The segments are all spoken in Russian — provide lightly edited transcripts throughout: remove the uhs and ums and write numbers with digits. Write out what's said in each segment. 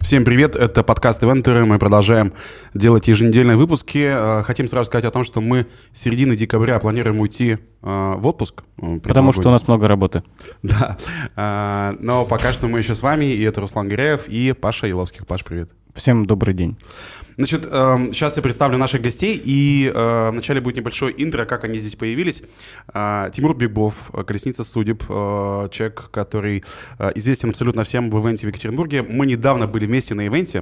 Всем привет, это подкаст «Ивентеры». Мы продолжаем делать еженедельные выпуски. Хотим сразу сказать о том, что мы с середины декабря планируем уйти в отпуск. Потому что у нас много работы. Да, но пока что мы еще с вами, и это Руслан Гиряев и Паша Еловских. Паш, привет. Всем добрый день. Значит, сейчас я представлю наших гостей, и вначале будет небольшое интро, как они здесь появились. Тимур Бигбов, колесница судеб, человек, который известен абсолютно всем в ивенте в Екатеринбурге. Мы недавно были вместе на ивенте,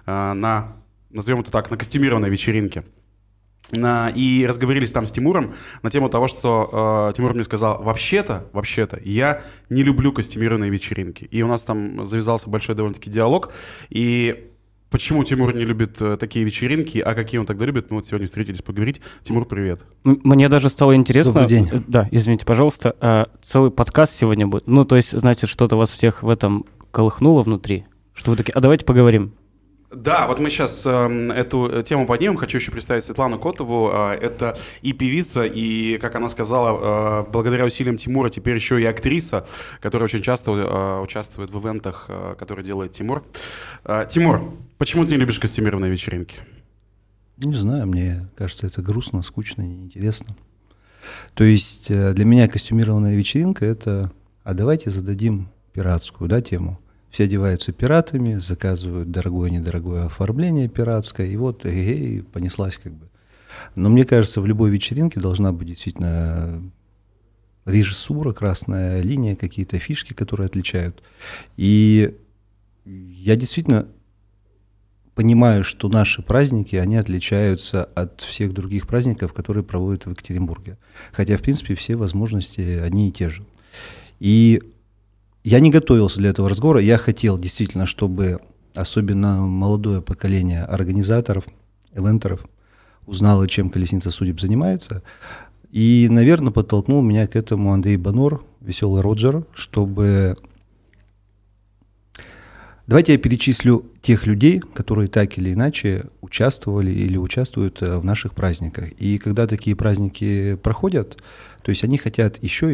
назовем это так, на костюмированной вечеринке. И разговорились там с Тимуром на тему того, что Тимур мне сказал, вообще-то, я не люблю костюмированные вечеринки. И у нас там завязался большой довольно-таки диалог, и... Почему Тимур не любит такие вечеринки, а какие он тогда любит? Мы вот сегодня встретились поговорить. Тимур, привет. Мне даже стало интересно. Добрый день. Да, извините, пожалуйста. Целый подкаст сегодня будет. Ну, то есть, значит, что-то вас всех в этом колыхнуло внутри? Что вы такие, давайте поговорим. Да, вот мы сейчас эту тему поднимем. Хочу еще представить Светлану Котову. Это и певица, и, как она сказала, благодаря усилиям Тимура теперь еще и актриса, которая очень часто участвует в ивентах, которые делает Тимур. Тимур, почему ты не любишь костюмированные вечеринки? Не знаю, мне кажется, это грустно, скучно, неинтересно. То есть для меня костюмированная вечеринка — это «а давайте зададим пиратскую, да, тему». Все одеваются пиратами, заказывают дорогое-недорогое оформление пиратское, и вот понеслась как бы. Но мне кажется, в любой вечеринке должна быть действительно режиссура, красная линия, какие-то фишки, которые отличают. И я действительно понимаю, что наши праздники, они отличаются от всех других праздников, которые проводят в Екатеринбурге. Хотя, в принципе, все возможности одни и те же. И я не готовился для этого разговора. Я хотел действительно, чтобы особенно молодое поколение организаторов, ивентеров узнало, чем колесница судеб занимается. И, наверное, подтолкнул меня к этому Андрей Банор, веселый Роджер, чтобы... Давайте я перечислю тех людей, которые так или иначе участвовали или участвуют в наших праздниках. И когда такие праздники проходят, то есть они хотят еще.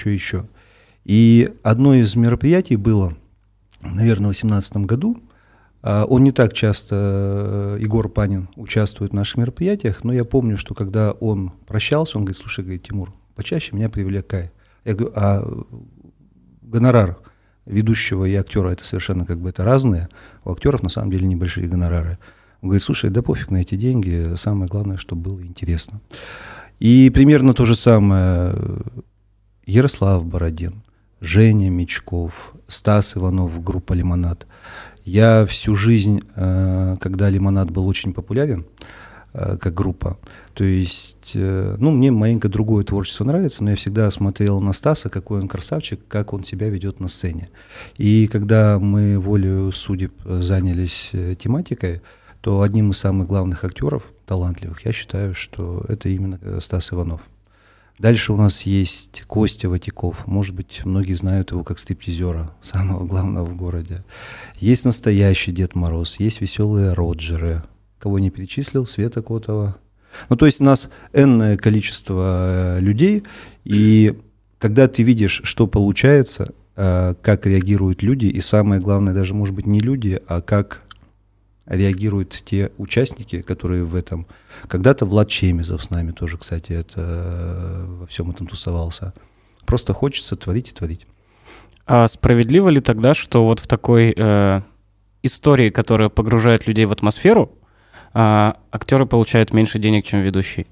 И одно из мероприятий было, наверное, в 2018 году. Он не так часто, Егор Панин, участвует в наших мероприятиях, но я помню, что когда он прощался, он говорит, слушай, говорит, Тимур, почаще меня привлекай. Я говорю, а гонорар ведущего и актера — это совершенно как бы это разные. У актеров на самом деле небольшие гонорары. Он говорит, слушай, да пофиг на эти деньги, самое главное, чтобы было интересно. И примерно то же самое Ярослав Бородин, Женя Мечков, Стас Иванов, группа «Лимонад». Я всю жизнь, когда «Лимонад» был очень популярен, как группа, то есть, мне маленько другое творчество нравится, но я всегда смотрел на Стаса, какой он красавчик, как он себя ведет на сцене. И когда мы волею судеб занялись тематикой, то одним из самых главных актеров, талантливых, я считаю, что это именно Стас Иванов. Дальше у нас есть Костя Ватяков. Может быть, многие знают его как стриптизера, самого главного в городе. Есть настоящий Дед Мороз, есть веселые Роджеры. Кого не перечислил? Света Котова. То есть у нас энное количество людей, и когда ты видишь, что получается, как реагируют люди, и самое главное, даже, может быть, не люди, а как реагируют те участники, которые в этом... Когда-то Влад Чемизов с нами тоже, кстати, во всем этом тусовался. Просто хочется творить и творить. А справедливо ли тогда, что вот в такой истории, которая погружает людей в атмосферу, актеры получают меньше денег, чем ведущий?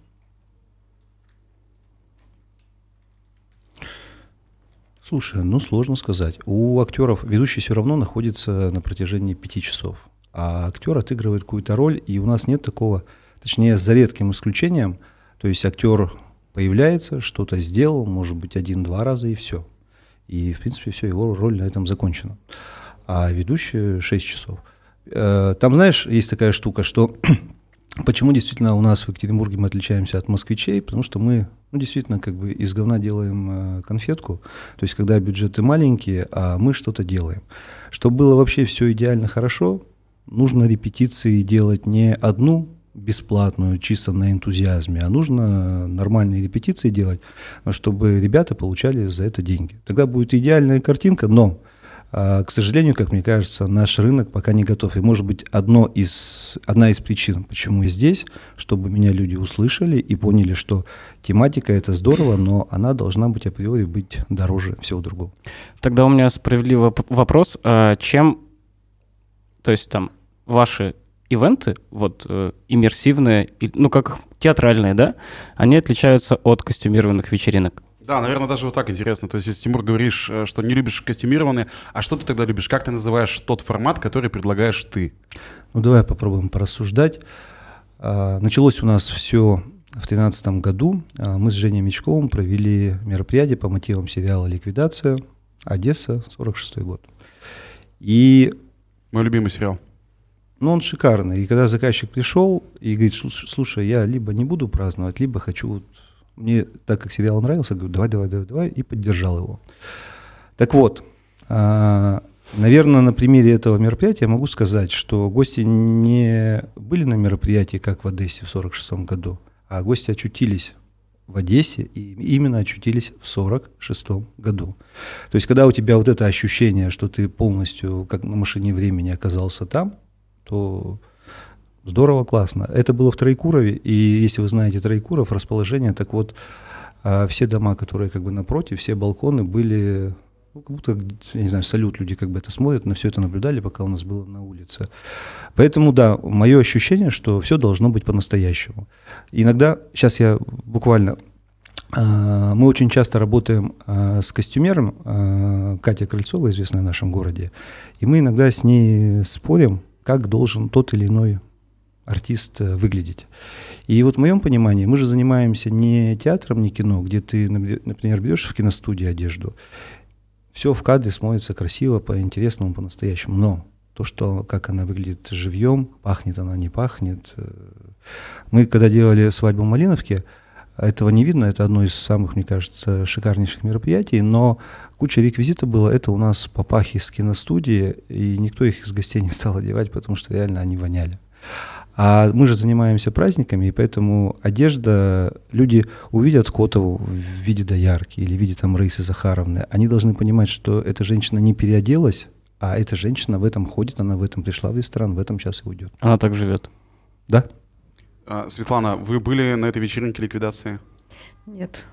Слушай, сложно сказать. У актеров ведущий все равно находится на протяжении 5 часов. А актер отыгрывает какую-то роль, и у нас нет такого, точнее, за редким исключением, то есть актер появляется, что-то сделал, может быть, 1-2 раза, и все. И, в принципе, все, его роль на этом закончена. А ведущий 6 часов. Там, знаешь, есть такая штука, что почему действительно у нас в Екатеринбурге мы отличаемся от москвичей, потому что мы, действительно, как бы из говна делаем конфетку, то есть когда бюджеты маленькие, а мы что-то делаем. Чтобы было вообще все идеально хорошо, нужно репетиции делать не одну бесплатную, чисто на энтузиазме, а нужно нормальные репетиции делать, чтобы ребята получали за это деньги. Тогда будет идеальная картинка, но К сожалению, как мне кажется, наш рынок пока не готов. И, может быть, одна из причин, почему я здесь, чтобы меня люди услышали и поняли, что тематика – это здорово, но она должна быть априори быть дороже всего другого. Тогда у меня справедливый вопрос. Чем, то есть там, ваши ивенты, вот иммерсивные, ну, как театральные, да, они отличаются от костюмированных вечеринок? Да, наверное, даже вот так интересно. То есть, если, Тимур, говоришь, что не любишь костюмированные, а что ты тогда любишь? Как ты называешь тот формат, который предлагаешь ты? Ну, давай попробуем порассуждать. Началось у нас все в 2013 году. Мы с Женей Мечковым провели мероприятие по мотивам сериала «Ликвидация», Одесса, 46-й год. И... Мой любимый сериал. Ну, он шикарный. И когда заказчик пришел и говорит, слушай, я либо не буду праздновать, либо хочу... Вот... Мне, так как сериал нравился, говорю, давай, и поддержал его. Так вот, наверное, на примере этого мероприятия я могу сказать, что гости не были на мероприятии, как в Одессе в 1946 году, а гости очутились в Одессе и именно очутились в 1946 году. То есть, когда у тебя вот это ощущение, что ты полностью, как на машине времени, оказался там, то... Здорово, классно. Это было в Троекурове, и если вы знаете Троекуров, расположение, так вот, все дома, которые как бы напротив, все балконы были, ну, как будто, я не знаю, салют, люди как бы это смотрят, на все это наблюдали, пока у нас было на улице. Поэтому, да, мое ощущение, что все должно быть по-настоящему. Иногда, сейчас я буквально, мы очень часто работаем с костюмером, Катя Крыльцова, известная в нашем городе, и мы иногда с ней спорим, как должен тот или иной артист выглядеть. И вот в моем понимании мы же занимаемся не театром, не кино, где ты, например, берешь в киностудии одежду, все в кадре смотрится красиво, по-интересному, по-настоящему, но то, что, как она выглядит живьем, пахнет она, не пахнет. Мы, когда делали свадьбу в Малиновке, этого не видно, это одно из самых, мне кажется, шикарнейших мероприятий, но куча реквизита было, это у нас папахи с киностудии, и никто их из гостей не стал одевать, потому что реально они воняли. А мы же занимаемся праздниками, и поэтому одежда, люди увидят Котову в виде доярки или в виде там Раисы Захаровны, они должны понимать, что эта женщина не переоделась, а эта женщина в этом ходит, она в этом пришла в ресторан, в этом сейчас и уйдет. Она так живет. Да. Светлана, вы были на этой вечеринке ликвидации? Нет.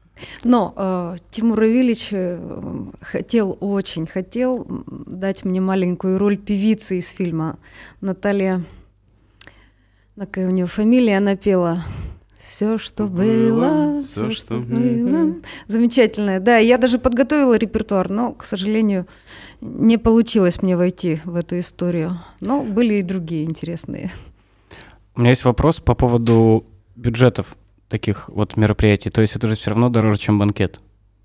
Но Тимур Равильевич очень хотел дать мне маленькую роль певицы из фильма. Наталья, какая у нее фамилия, она пела «Все, что было, все, что было». Замечательная. Да, я даже подготовила репертуар, но, к сожалению, не получилось мне войти в эту историю. Но были и другие интересные. У меня есть вопрос по поводу бюджетов таких вот мероприятий. То есть это же все равно дороже, чем банкет.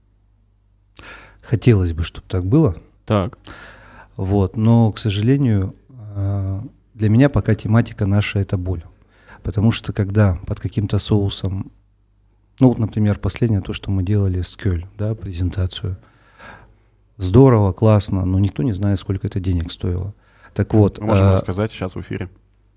Хотелось бы, чтобы так было. Так. Вот, но, к сожалению, для меня пока тематика наша – это боль. Потому что когда под каким-то соусом, ну вот, например, последнее то, что мы делали с Кёль, да, презентацию, здорово, классно, но никто не знает, сколько это денег стоило. Так вот. Можем рассказать сейчас в эфире.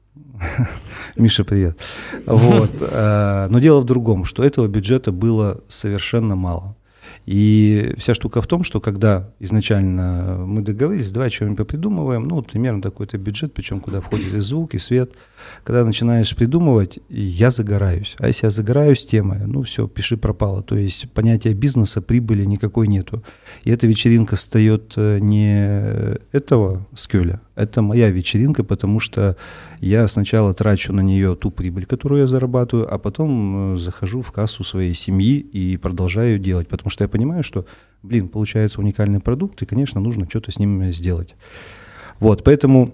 Миша, привет. Вот. Но дело в другом, что этого бюджета было совершенно мало. И вся штука в том, что когда изначально мы договорились, давай что-нибудь попридумываем, ну, вот примерно такой-то бюджет, причем куда входит и звук, и свет. Когда начинаешь придумывать, я загораюсь. А если я загораюсь темой, ну, все, пиши пропало. То есть понятия бизнеса, прибыли никакой нету. И эта вечеринка встает не этого Скёля, это моя вечеринка, потому что я сначала трачу на нее ту прибыль, которую я зарабатываю, а потом захожу в кассу своей семьи и продолжаю делать, потому что я понимаю, что, получается уникальный продукт, и, конечно, нужно что-то с ним сделать. Вот, поэтому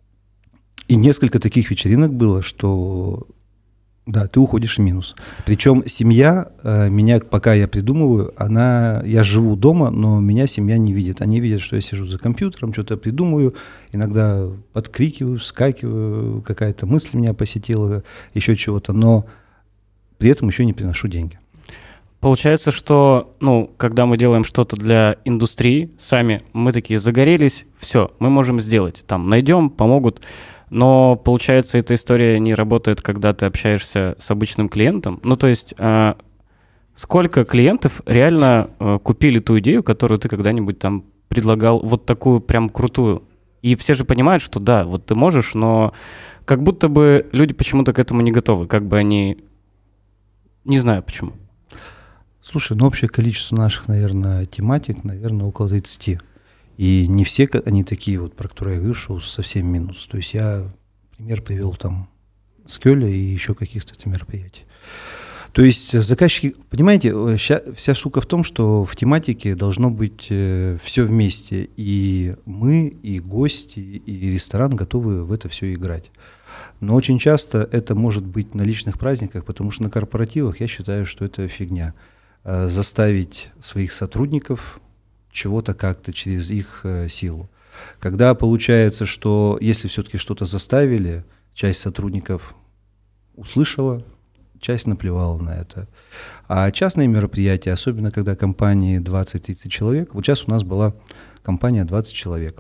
и несколько таких вечеринок было, что, да, ты уходишь в минус. Причем семья, меня, пока я придумываю, я живу дома, но меня семья не видит. Они видят, что я сижу за компьютером, что-то придумываю, иногда подкрикиваю, вскакиваю, какая-то мысль меня посетила, еще чего-то, но при этом еще не приношу деньги. Получается, что, когда мы делаем что-то для индустрии, сами мы такие загорелись, все, мы можем сделать. Там найдем, помогут. Но, получается, эта история не работает, когда ты общаешься с обычным клиентом. Ну, то есть, сколько клиентов реально купили ту идею, которую ты когда-нибудь там предлагал вот такую прям крутую. И все же понимают, что да, вот ты можешь, но как будто бы люди почему-то к этому не готовы, как бы они... Не знаю почему. Слушай, ну общее количество наших, наверное, тематик, наверное, около 30. И не все они такие вот, про которые я говорю, что совсем минус. То есть я пример привел там с Кёля и еще каких-то мероприятий. То есть заказчики, понимаете, вся штука в том, что в тематике должно быть все вместе. И мы, и гости, и ресторан готовы в это все играть. Но очень часто это может быть на личных праздниках, потому что на корпоративах я считаю, что это фигня. Заставить своих сотрудников чего-то как-то через их силу. Когда получается, что если все-таки что-то заставили, часть сотрудников услышала, часть наплевала на это. А частные мероприятия, особенно когда компании 20-30 человек, вот сейчас у нас была компания 20 человек.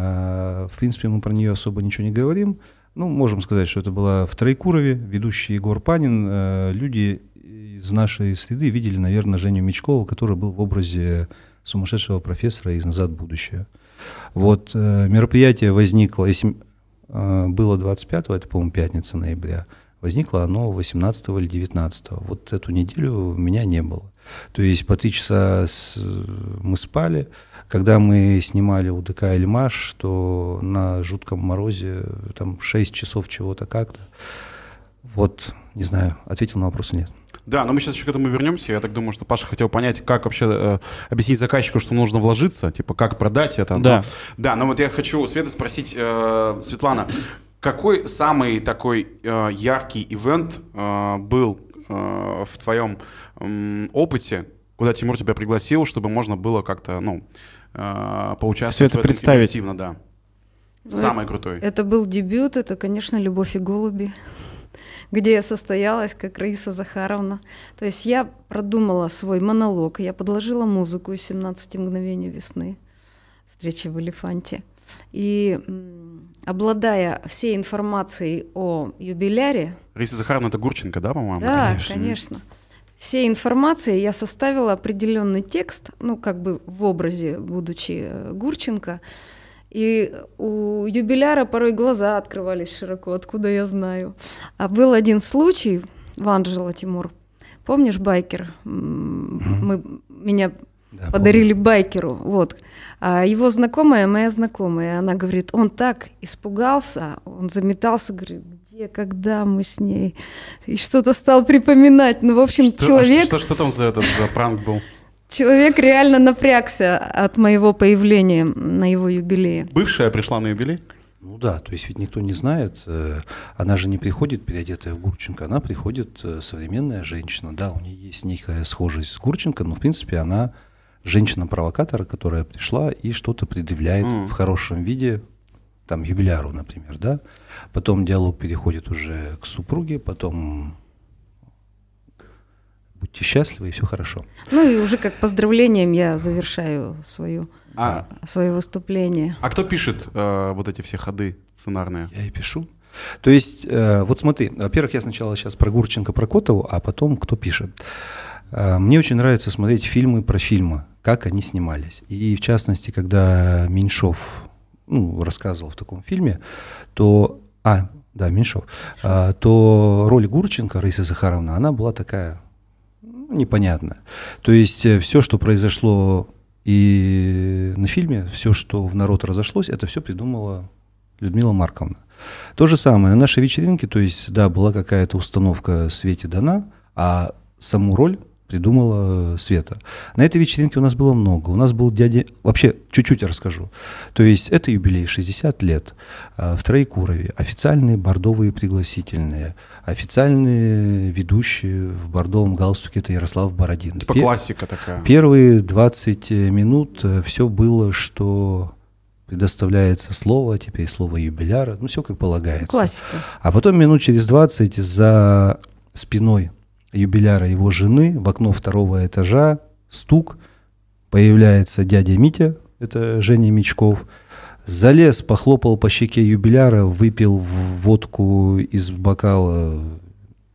В принципе, мы про нее особо ничего не говорим. Ну, можем сказать, что это была в Троекурове, ведущий Егор Панин. Люди из нашей среды видели, наверное, Женю Мечкова, который был в образе сумасшедшего профессора из «Назад в будущее». Вот мероприятие возникло, если было 25-го, это, по-моему, пятница, ноября, возникло оно 18 или 19. Вот эту неделю меня не было. То есть по 3 часа мы спали. Когда мы снимали УДК «Эльмаш», то на жутком морозе там 6 часов чего-то как-то. Вот, не знаю, ответил на вопрос или нет. Да, но мы сейчас еще к этому вернемся. Я так думаю, что Паша хотел понять, как вообще объяснить заказчику, что нужно вложиться, типа как продать это. Да. Да, но вот я хочу у Светы спросить, Светлана, какой самый такой яркий ивент был в твоем опыте, куда Тимур тебя пригласил, чтобы можно было как-то, поучаствовать все это в этом представить. интенсивно, да. Самый крутой. Это был дебют, это, конечно, «Любовь и голуби», где я состоялась как Раиса Захаровна. То есть я продумала свой монолог, я подложила музыку из «17 мгновений весны», «Встреча в Элефанте». И обладая всей информацией о юбиляре... Раиса Захаровна — это Гурченко, да, по-моему? Да, конечно. Всей информацией я составила определенный текст, как бы в образе, будучи Гурченко. И у юбиляра порой глаза открывались широко, откуда я знаю. А был один случай в Анджело, Тимур. Помнишь байкер? Меня подарили байкеру. Вот. А его знакомая, моя знакомая, она говорит, он так испугался, он заметался, говорит, где, когда мы с ней. И что-то стал припоминать. Ну, в общем, человек... Что там за пранк был? Человек реально напрягся от моего появления на его юбилее. Бывшая пришла на юбилей? Ну да, то есть ведь никто не знает, она же не приходит переодетая в Гурченко, она приходит современная женщина, да, у нее есть некая схожесть с Гурченко, но в принципе она женщина-провокатор, которая пришла и что-то предъявляет в хорошем виде, там, юбиляру, например, да, потом диалог переходит уже к супруге, потом... Будьте счастливы, и все хорошо. Ну и уже как поздравлением я завершаю свое выступление. А кто пишет вот эти все ходы сценарные? Я и пишу. То есть, вот смотри, во-первых, я сначала сейчас про Гурченко, про Котову, а потом кто пишет. Мне очень нравится смотреть фильмы про фильмы, как они снимались. И в частности, когда Меньшов рассказывал в таком фильме, то... Меньшов. То роль Гурченко, Раисы Захаровны, она была такая... непонятно. То есть все, что произошло и на фильме, все, что в народ разошлось, это все придумала Людмила Марковна. То же самое на нашей вечеринке, то есть, да, была какая-то установка Свете дана, а саму роль придумала Света. На этой вечеринке у нас было много. У нас был дядя... Вообще, чуть-чуть расскажу. То есть, это юбилей, 60 лет. В Троекурове официальные бордовые пригласительные. Официальные ведущие в бордовом галстуке — это Ярослав Бородин. Типа классика такая. Первые 20 минут все было, что предоставляется слово, теперь слово юбиляра. Все как полагается. Классика. А потом минут через 20 за спиной юбиляра его жены в окно 2-го этажа стук, появляется дядя Митя, это Женя Мечков, залез, похлопал по щеке юбиляра, выпил водку из бокала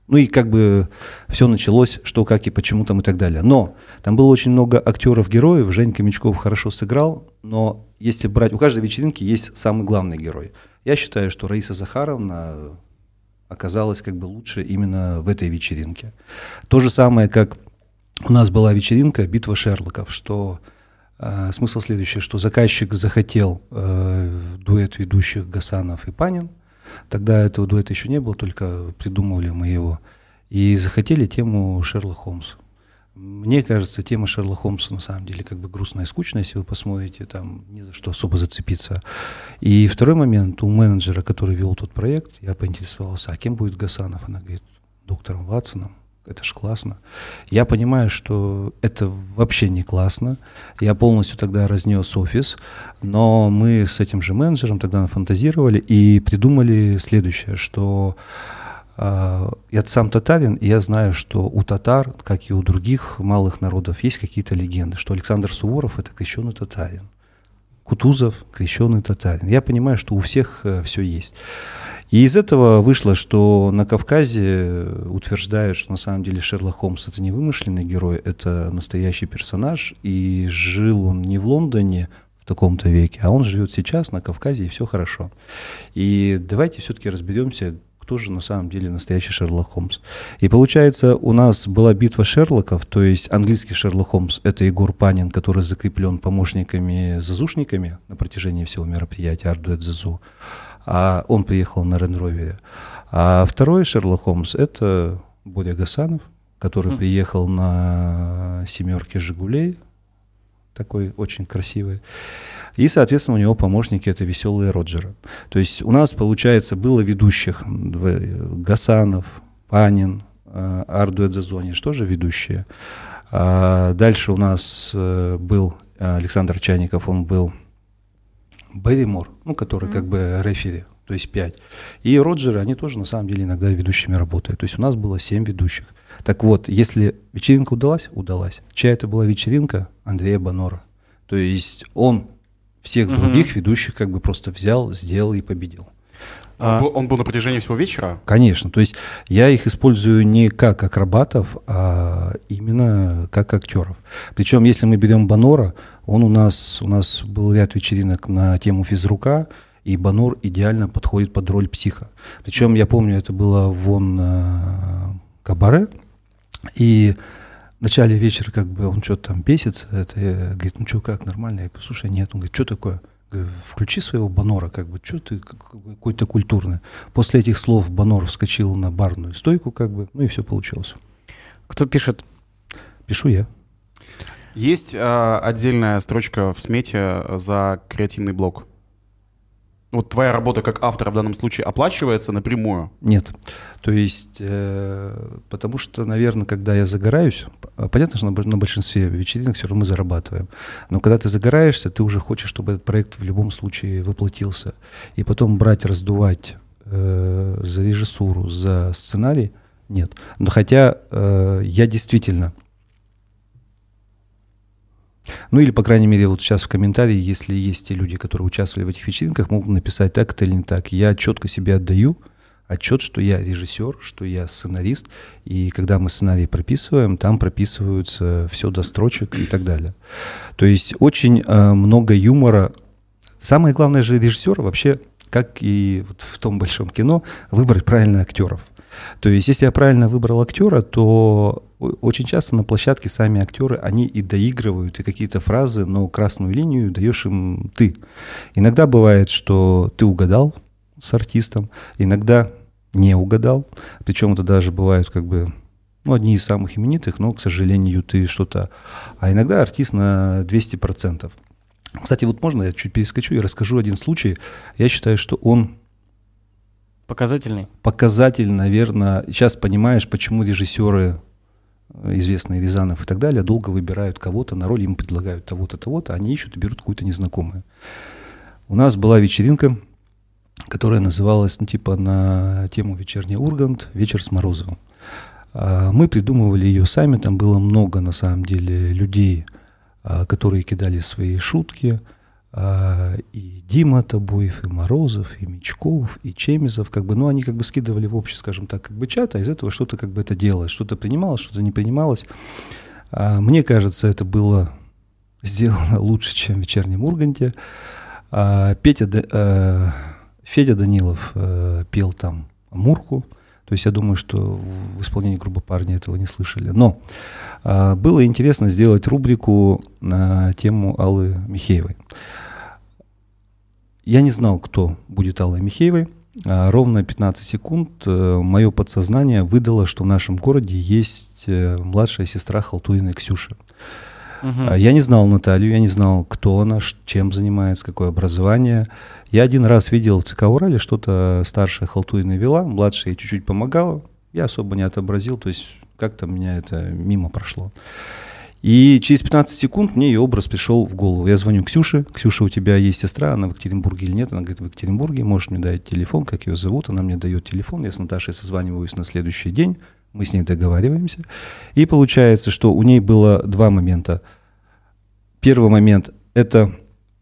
Ну и как бы все началось, что, как и почему там и так далее. Но там было очень много актеров-героев, Женька Мечков хорошо сыграл, но если брать, у каждой вечеринки есть самый главный герой. Я считаю, что Раиса Захаровна оказалась как бы лучше именно в этой вечеринке. То же самое, как у нас была вечеринка «Битва Шерлоков», что смысл следующий, что заказчик захотел дуэт ведущих Гасанов и Панин. Тогда этого дуэта еще не было, только придумывали мы его. И захотели тему Шерлок Холмс. Мне кажется, тема Шерлока Холмса на самом деле как бы грустная и скучная, если вы посмотрите, там ни за что особо зацепиться. И второй момент, у менеджера, который вел тот проект, я поинтересовался, а кем будет Гасанов? Она говорит, доктором Ватсоном. Это ж классно. Я понимаю, что это вообще не классно. Я полностью тогда разнес офис, но мы с этим же менеджером тогда нафантазировали и придумали следующее, что я сам татарин, и я знаю, что у татар, как и у других малых народов, есть какие-то легенды, что Александр Суворов — это крещеный татарин, Кутузов — крещеный татарин. Я понимаю, что у всех все есть. И из этого вышло, что на Кавказе утверждают, что на самом деле Шерлок Холмс — это не вымышленный герой, это настоящий персонаж, и жил он не в Лондоне в таком-то веке, а он живет сейчас на Кавказе, и все хорошо. И давайте все-таки разберемся, кто же на самом деле настоящий Шерлок Холмс. И получается, у нас была битва Шерлоков, то есть английский Шерлок Холмс — это Егор Панин, который закреплен помощниками-зазушниками на протяжении всего мероприятия «Ардуэт Зазу». А он приехал на Рейндж-Ровере. А второй Шерлок Холмс — это Боря Гасанов, который приехал на семерке «Жигулей», такой очень красивый. И, соответственно, у него помощники — это веселые Роджеры. То есть у нас, получается, было ведущих Гасанов, Панин, Ардуэт Зазу, что же ведущие. Дальше у нас был Александр Чайников, он был Берримор, который как бы рефери, то есть 5. И Роджеры, они тоже на самом деле иногда ведущими работают. То есть у нас было 7 ведущих. Так вот, если вечеринка удалась, удалась. Чья это была вечеринка? Андрея Бонора. То есть он всех других ведущих как бы просто взял, сделал и победил. Он был на протяжении всего вечера? Конечно. То есть я их использую не как акробатов, а именно как актеров. Причем, если мы берем Бонора, у нас был ряд вечеринок на тему физрука, и Бонор идеально подходит под роль психа. Причем, я помню, это было в кабаре, и в начале вечера как бы он что-то там бесится, говорит, ну что, как, нормально? Я говорю, слушай, нет. Он говорит, что такое? Говорю, включи своего Бонора, как бы, что ты какой-то культурный. После этих слов Бонор вскочил на барную стойку, как бы, ну и все получилось. Кто пишет? Пишу я. Есть отдельная строчка в смете за креативный блок? Вот твоя работа как автора в данном случае оплачивается напрямую? Нет. То есть, потому что, наверное, когда я загораюсь, понятно, что на большинстве вечеринок все равно мы зарабатываем, но когда ты загораешься, ты уже хочешь, чтобы этот проект в любом случае воплотился. И потом брать, раздувать за режиссуру, за сценарий, нет. Но хотя я действительно... Ну или, по крайней мере, вот сейчас в комментарии, если есть те люди, которые участвовали в этих вечеринках, могут написать так это или не так. Я четко себе отдаю отчет, что я режиссер, что я сценарист, и когда мы сценарий прописываем, там прописываются все до строчек и так далее. То есть очень много юмора. Самое главное же режиссер вообще, как и вот в том большом кино, выбрать правильно актеров. То есть, если я правильно выбрал актера, то очень часто на площадке сами актеры, они и доигрывают, и какие-то фразы, но красную линию даешь им ты. Иногда бывает, что ты угадал с артистом, иногда не угадал. Причем это даже бывают как бы одни из самых именитых, но, к сожалению, ты что-то... А иногда артист на 200%. Кстати, вот можно я чуть перескочу и расскажу один случай. Я считаю, что он... Показательный? Показатель, наверное. Сейчас понимаешь, почему режиссеры, известные Рязанов и так далее, долго выбирают кого-то на роль, им предлагают того-то, того-то, они ищут и берут какую-то незнакомую. У нас была вечеринка, которая называлась, на тему «Вечерний Ургант. Вечер с Морозовым». Мы придумывали ее сами, там было много, на самом деле, людей, которые кидали свои шутки, и Дима Табуев, и Морозов, и Мечков, и Чемизов, как бы, ну, они как бы скидывали в общий, скажем так, как бы чат, а из этого что-то как бы это делалось, что-то принималось, что-то не принималось. Мне кажется, это было сделано лучше, чем в «Вечернем Урганте». Федя Данилов пел там «Амурку». То есть я думаю, что в исполнении группы «Парни» этого не слышали. Но было интересно сделать рубрику на тему Аллы Михеевой. Я не знал, кто будет Аллой Михеевой. Ровно 15 секунд мое подсознание выдало, что в нашем городе есть младшая сестра Халтуриной Ксюши. Я не знал Наталью, я не знал, кто она, чем занимается, какое образование. Я один раз видел в ЦК Урале, что-то старшая Халтурина вела, младшая ей чуть-чуть помогала. Я особо не отобразил, то есть как-то меня это мимо прошло. И через 15 секунд мне ее образ пришел в голову. Я звоню Ксюше. Ксюша, у тебя есть сестра, она в Екатеринбурге или нет? Она говорит, в Екатеринбурге, можешь мне дать телефон, как ее зовут? Она мне дает телефон, я с Наташей созваниваюсь на следующий день, мы с ней договариваемся. И получается, что у ней было два момента. Первый момент – это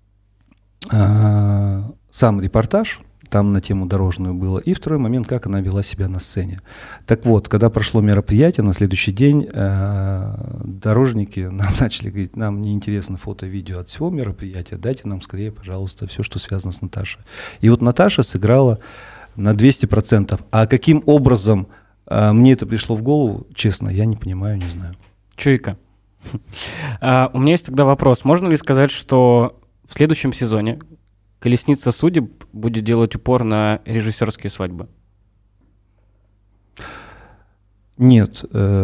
сам репортаж, там на тему дорожную было. И второй момент, как она вела себя на сцене. Так вот, когда прошло мероприятие, на следующий день дорожники нам начали говорить, нам не интересно фото, видео от всего мероприятия, дайте нам скорее, пожалуйста, все, что связано с Наташей. И вот Наташа сыграла на 200%. А каким образом мне это пришло в голову, честно, я не понимаю, не знаю. Чуйка. У меня есть тогда вопрос. Можно ли сказать, что в следующем сезоне «Колесница судеб» будет делать упор на режиссерские свадьбы? Нет.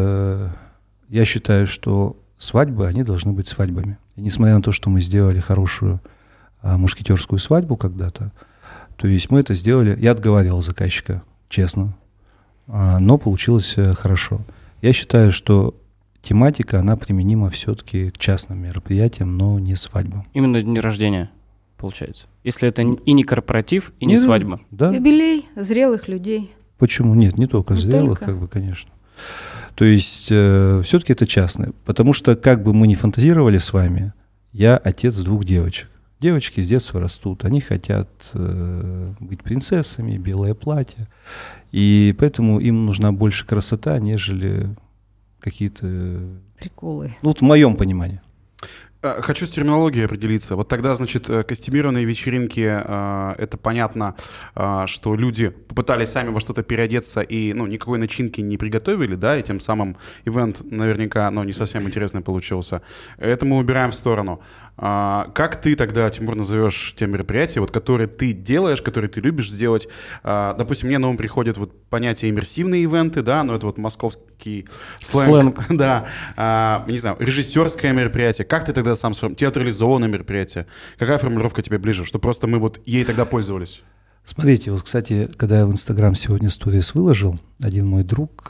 Я считаю, что свадьбы, они должны быть свадьбами. И несмотря на то, что мы сделали хорошую мушкетерскую свадьбу когда-то, то есть мы это сделали, я отговаривал заказчика, честно, но получилось хорошо. Я считаю, что тематика, она применима все-таки к частным мероприятиям, но не свадьбам. Именно день рождения, получается. Если это и не корпоратив, и не свадьба. Да. Юбилей зрелых людей. Почему? Нет, не только зрелых, как бы, конечно. То есть все-таки это частное. Потому что, как бы мы ни фантазировали с вами, я отец двух девочек. Девочки с детства растут, они хотят быть принцессами, белое платье. И поэтому им нужна больше красота, нежели какие-то... Приколы. Ну, вот в моем понимании. Хочу с терминологией определиться. Вот тогда, значит, костюмированные вечеринки, это понятно, что люди попытались сами во что-то переодеться и, ну, никакой начинки не приготовили, да, и тем самым ивент наверняка, ну, не совсем интересный получился. Это мы убираем в сторону. Как ты тогда, Тимур, назовешь те мероприятия, вот, которые ты делаешь, которые ты любишь сделать? Допустим, мне на ум приходит вот понятие иммерсивные ивенты, да, но это вот московский сленг. Да, не знаю, режиссерское мероприятие. Как ты тогда сам театрализованное мероприятие? Какая формулировка тебе ближе? Что просто мы вот ей тогда пользовались? Смотрите, вот, кстати, когда я в Инстаграм сегодня сторис выложил, один мой друг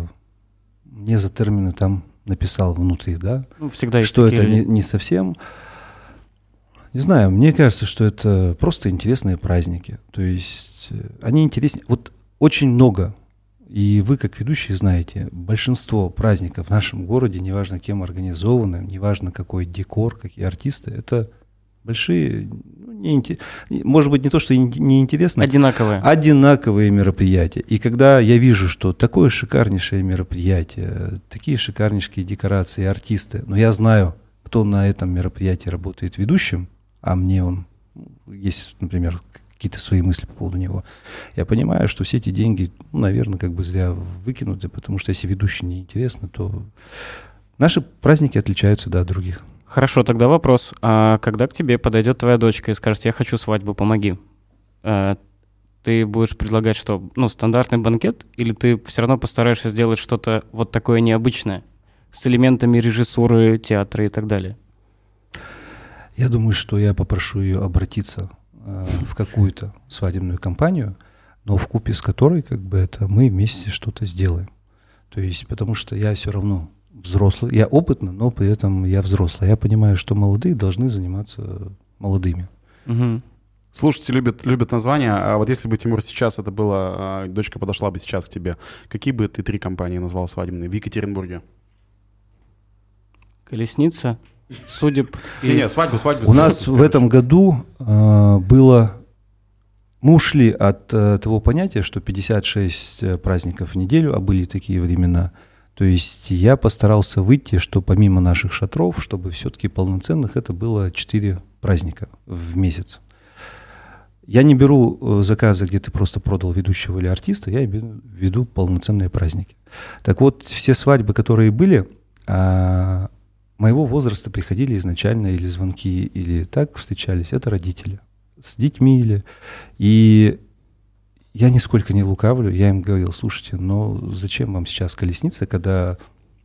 мне за термины там написал внутри, да, ну, всегда есть что такие... это не совсем... Не знаю, мне кажется, что это просто интересные праздники. То есть они интереснее. Вот очень много, и вы, как ведущие, знаете, большинство праздников в нашем городе, неважно кем организованы, неважно какой декор, какие артисты, это большие, может быть, не то, что неинтересные, одинаковые мероприятия. И когда я вижу, что такое шикарнейшее мероприятие, такие шикарнейшие декорации, артисты, но я знаю, кто на этом мероприятии работает ведущим, а мне он, есть, например, какие-то свои мысли по поводу него, я понимаю, что все эти деньги, ну, наверное, как бы зря выкинуты, потому что если ведущий неинтересно, то наши праздники отличаются, да, от других. Хорошо, тогда вопрос. А когда к тебе подойдет твоя дочка и скажет, я хочу свадьбу, помоги? Ты будешь предлагать что, ну, стандартный банкет, или ты все равно постараешься сделать что-то вот такое необычное, с элементами режиссуры, театра и так далее? Я думаю, что я попрошу ее обратиться в какую-то свадебную компанию, но вкупе с которой как бы это мы вместе что-то сделаем. То есть, потому что я все равно взрослый, я опытный, но при этом я взрослый. Я понимаю, что молодые должны заниматься молодыми. Угу. Слушатели любят названия. А вот если бы, Тимур, сейчас это было, дочка подошла бы сейчас к тебе, какие бы ты 3 компании назвал свадебные в Екатеринбурге? «Колесница», судеб. Не, свадьбу. У нас в этом году было... Мы ушли от того понятия, что 56 праздников в неделю, а были такие времена. То есть я постарался выйти, что помимо наших шатров, чтобы все-таки полноценных, это было 4 праздника в месяц. Я не беру заказы, где ты просто продал ведущего или артиста, я веду полноценные праздники. Так вот, все свадьбы, которые были, моего возраста приходили изначально или звонки, или так встречались, это родители. С детьми или... И я нисколько не лукавлю, я им говорил, слушайте, но зачем вам сейчас колесница, когда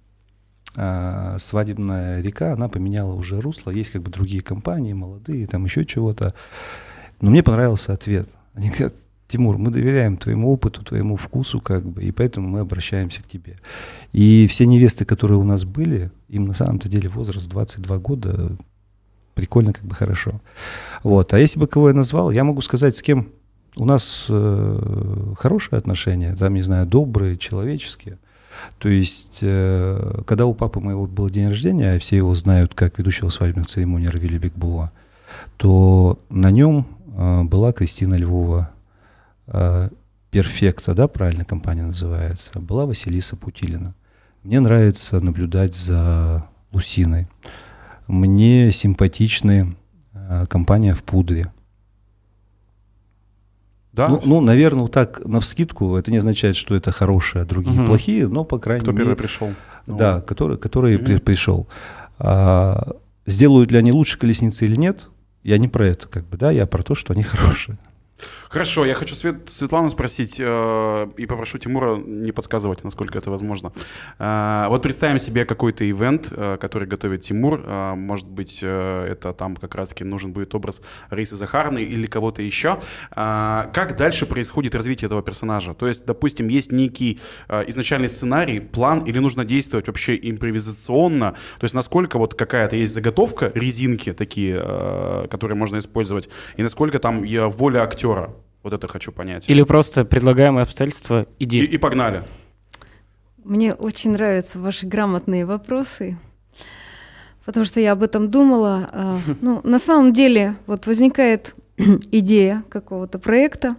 свадебная река, она поменяла уже русло, есть как бы другие компании, молодые, там еще чего-то. Но мне понравился ответ. Они говорят, Тимур, мы доверяем твоему опыту, твоему вкусу, как бы, и поэтому мы обращаемся к тебе. И все невесты, которые у нас были, им на самом-то деле возраст 22 года, прикольно, как бы хорошо. Вот. А если бы кого я назвал, я могу сказать, с кем у нас хорошие отношения, там, не знаю, добрые, человеческие. То есть, когда у папы моего был день рождения, а все его знают как ведущего свадебных церемоний Равиля Бекбова, то на нем была Кристина Львова, Перфекта, да, правильно компания называется, была Василиса Путилина. Мне нравится наблюдать за Лусиной. Мне симпатичны компания в пудре. Да? Ну, наверное, вот так навскидку, это не означает, что это хорошие, а другие плохие, но, по крайней мере... Кто первый пришел. Да, который пришел. Сделают ли они лучше колесницы или нет, я не про это, как бы, да, я про то, что они хорошие. Хорошо, я хочу Светлану спросить и попрошу Тимура не подсказывать, насколько это возможно. Вот представим себе какой-то ивент, который готовит Тимур. Может быть, это там как раз-таки нужен будет образ Раисы Захаровны или кого-то еще. Как дальше происходит развитие этого персонажа? То есть, допустим, есть некий изначальный сценарий, план, или нужно действовать вообще импровизационно? То есть, насколько вот какая-то есть заготовка, резинки такие, которые можно использовать, и насколько там воля актера? Вот это хочу понять. Или просто предлагаемые обстоятельства, иди. И погнали. Мне очень нравятся ваши грамотные вопросы, потому что я об этом думала. Ну, на самом деле, вот возникает идея какого-то проекта,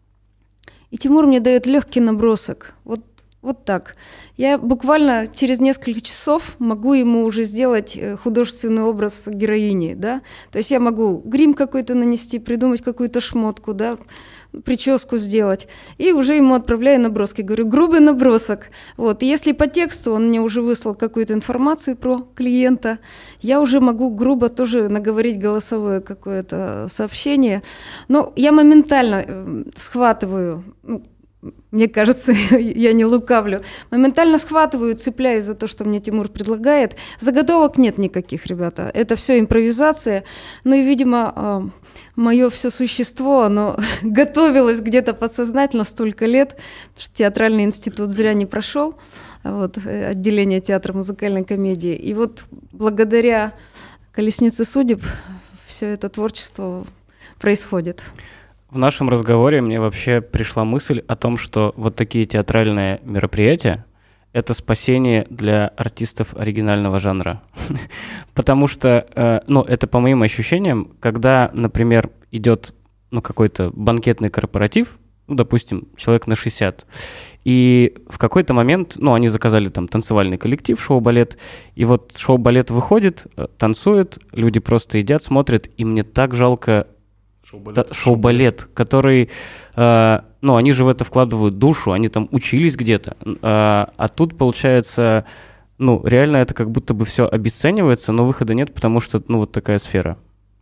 и Тимур мне дает легкий набросок. Вот так. Я буквально через несколько часов могу ему уже сделать художественный образ героини, да. То есть я могу грим какой-то нанести, придумать какую-то шмотку, да, прическу сделать, и уже ему отправляю наброски. Говорю, грубый набросок. Вот. И если по тексту он мне уже выслал какую-то информацию про клиента, я уже могу грубо тоже наговорить голосовое какое-то сообщение. Но я моментально схватываю, мне кажется, я не лукавлю, моментально схватываю, цепляюсь за то, что мне Тимур предлагает. Заготовок нет никаких, ребята. Это все импровизация. Ну и, видимо, мое все существо, оно готовилось где-то подсознательно столько лет, что театральный институт зря не прошел, вот, отделение театра музыкальной комедии. И вот благодаря «Колеснице судеб» все это творчество происходит. В нашем разговоре мне вообще пришла мысль о том, что вот такие театральные мероприятия — это спасение для артистов оригинального жанра. Потому что, ну, это по моим ощущениям, когда, например, идет какой-то банкетный корпоратив, ну, допустим, человек на 60, и в какой-то момент, ну, они заказали там танцевальный коллектив, шоу-балет, и вот шоу-балет выходит, танцует, люди просто едят, смотрят, и мне так жалко шоу-балет, который, ну, они же в это вкладывают душу, они там учились где-то, а тут, получается, ну, реально это как будто бы все обесценивается, но выхода нет, потому что, ну, вот такая сфера.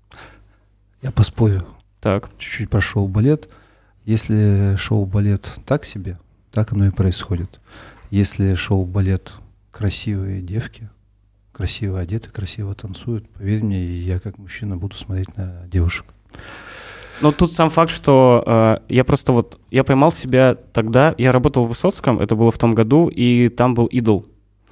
Я поспорю. Так. Чуть-чуть про шоу-балет. Если шоу-балет так себе, так оно и происходит. Если шоу-балет красивые девки, красиво одеты, красиво танцуют, поверь мне, я как мужчина буду смотреть на девушек. Но тут сам факт, что я поймал себя тогда, я работал в Высоцком, это было в том году, и там был идол.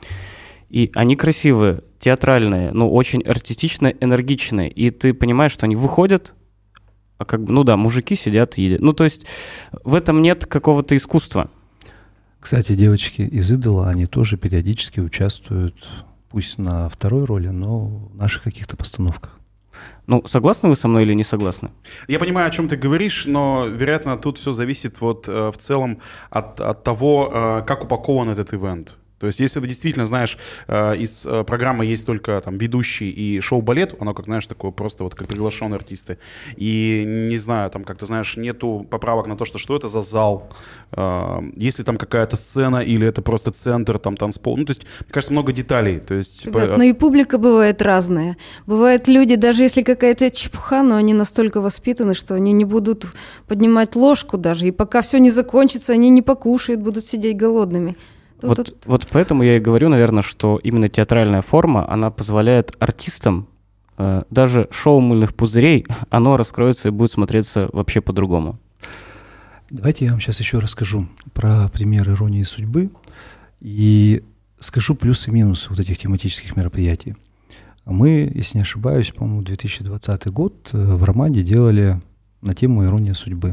И они красивые, театральные, ну, очень артистичные, энергичные. И ты понимаешь, что они выходят, а как бы, ну да, мужики сидят и едят. Ну, то есть в этом нет какого-то искусства. Кстати, девочки из «Идола», они тоже периодически участвуют пусть на второй роли, но в наших каких-то постановках. Ну, согласны вы со мной или не согласны? Я понимаю, о чем ты говоришь, но, вероятно, тут все зависит вот в целом от того, как упакован этот ивент. То есть, если ты действительно знаешь, из программы есть только там ведущий и шоу-балет, оно, как знаешь, такое просто вот как приглашенные артисты. И не знаю, там, как ты знаешь, нету поправок на то, что это за зал, если там какая-то сцена или это просто центр, там танцпол. Ну, то есть, мне кажется, много деталей. То есть, Ребят, но и публика бывает разная. Бывают люди, даже если какая-то чепуха, но они настолько воспитаны, что они не будут поднимать ложку даже. И пока все не закончится, они не покушают, будут сидеть голодными. Вот поэтому я и говорю, наверное, что именно театральная форма, она позволяет артистам, даже шоу «Мыльных пузырей», оно раскроется и будет смотреться вообще по-другому. Давайте я вам сейчас еще расскажу про пример «Иронии судьбы» и скажу плюсы и минусы вот этих тематических мероприятий. Мы, если не ошибаюсь, по-моему, 2020 год в «Ромаде» делали на тему «Ирония судьбы».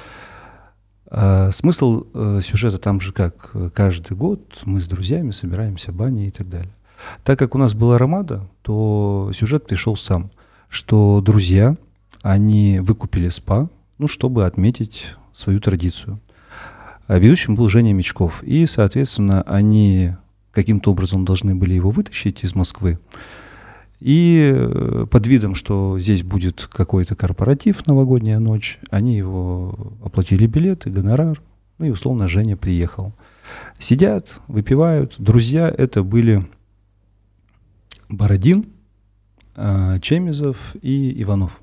Смысл сюжета там же как каждый год мы с друзьями собираемся в бане и так далее. Так как у нас была «Ромада», то сюжет пришел сам, что друзья, они выкупили спа, чтобы отметить свою традицию. Ведущим был Женя Мечков, и, соответственно, они каким-то образом должны были его вытащить из Москвы. И под видом, что здесь будет какой-то корпоратив, новогодняя ночь, они его оплатили билеты, гонорар, и условно Женя приехал. Сидят, выпивают. Друзья это были Бородин, Чемизов и Иванов.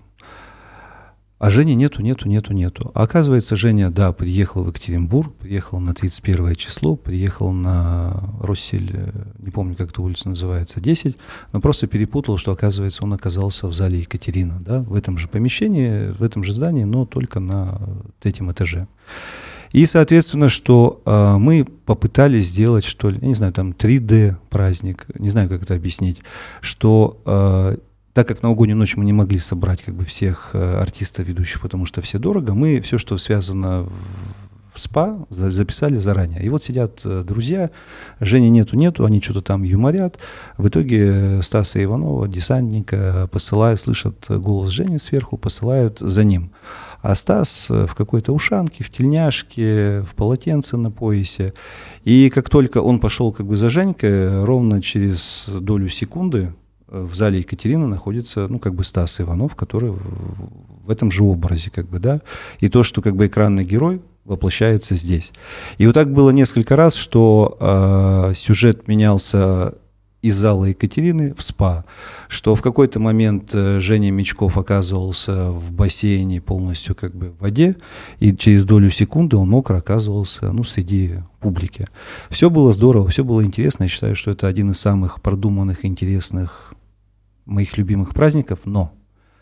А Жени нету. А оказывается, Женя, да, приехал в Екатеринбург, приехал на 31 число, приехал на Россель, не помню, как эта улица называется, 10, но просто перепутал, что, оказывается, он оказался в зале Екатерина, да, в этом же помещении, в этом же здании, но только на третьем этаже. И, соответственно, что мы попытались сделать, что ли, я не знаю, там 3D праздник, не знаю, как это объяснить, что... Так как новогоднюю ночь мы не могли собрать как бы всех артистов, ведущих, потому что все дорого, мы все, что связано в СПА, записали заранее. И вот сидят друзья, Жени нету, они что-то там юморят. В итоге Стаса Иванова, десантника, посылают, слышат голос Жени сверху, посылают за ним. А Стас в какой-то ушанке, в тельняшке, в полотенце на поясе. И как только он пошел как бы за Женькой, ровно через долю секунды в зале Екатерины находится, как бы Стас Иванов, который в этом же образе, как бы, да, и то, что как бы экранный герой воплощается здесь. И вот так было несколько раз, что сюжет менялся из зала Екатерины в СПА, что в какой-то момент Женя Мечков оказывался в бассейне полностью как бы в воде, и через долю секунды он мокро оказывался, среди публики. Все было здорово, все было интересно. Я считаю, что это один из самых продуманных, интересных моих любимых праздников, но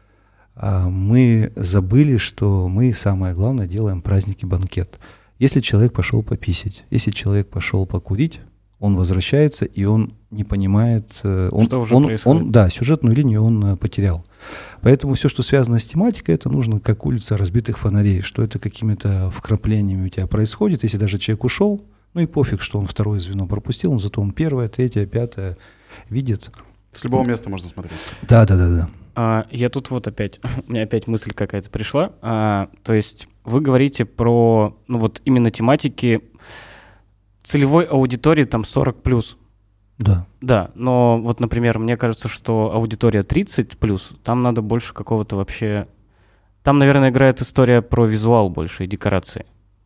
мы забыли, что мы, самое главное, делаем праздники-банкет. Если человек пошел пописать, если человек пошел покурить, он возвращается, и он не понимает, сюжетную линию он потерял. Поэтому все, что связано с тематикой, это нужно как улица разбитых фонарей, что это какими-то вкраплениями у тебя происходит. Если даже человек ушел, и пофиг, что он второе звено пропустил, зато он первое, третье, пятое видит. С любого места можно смотреть. Да. Я тут вот опять, у меня опять мысль какая-то пришла. То есть вы говорите про, именно тематики целевой аудитории там 40+. Да. Да, но вот, например, мне кажется, что аудитория 30+, там надо больше какого-то вообще... Там, наверное, играет история про визуал больше и декорации.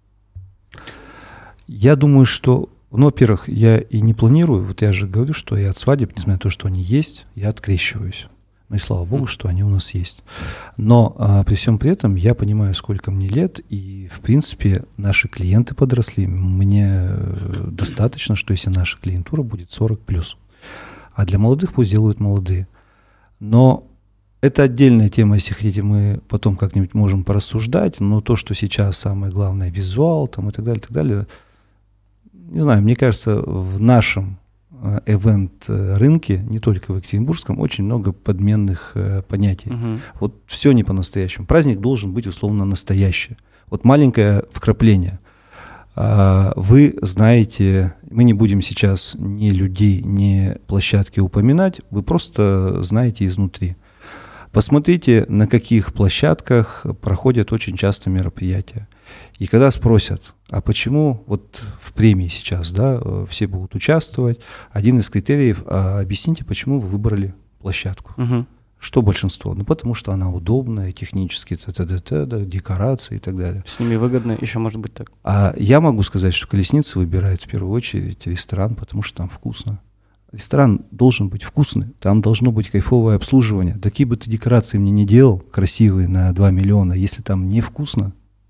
Я думаю, что... во-первых, я и не планирую, вот я же говорю, что я от свадеб, несмотря на то, что они есть, я открещиваюсь. И слава богу, что они у нас есть. Но при всем при этом я понимаю, сколько мне лет, и, в принципе, наши клиенты подросли. Мне достаточно, что если наша клиентура будет 40+. А для молодых пусть делают молодые. Но это отдельная тема, если хотите, мы потом как-нибудь можем порассуждать, но то, что сейчас самое главное, визуал там, и так далее, не знаю, мне кажется, в нашем ивент-рынке, не только в Екатеринбургском, очень много подменных понятий. Вот все не по-настоящему. Праздник должен быть условно настоящий. Вот маленькое вкрапление. Вы знаете, мы не будем сейчас ни людей, ни площадки упоминать, вы просто знаете изнутри. Посмотрите, на каких площадках проходят очень часто мероприятия. И когда спросят, а почему вот в премии сейчас, да, все будут участвовать, один из критериев, объясните, почему вы выбрали площадку. Угу. Что большинство? Ну, потому что она удобная, технически, декорации и так далее. С ними выгодно, еще может быть так. А я могу сказать, что Колесница выбирает в первую очередь ресторан, потому что там вкусно. Ресторан должен быть вкусный, там должно быть кайфовое обслуживание. Такие бы ты декорации мне не делал, красивые на 2 миллиона, если там невкусно.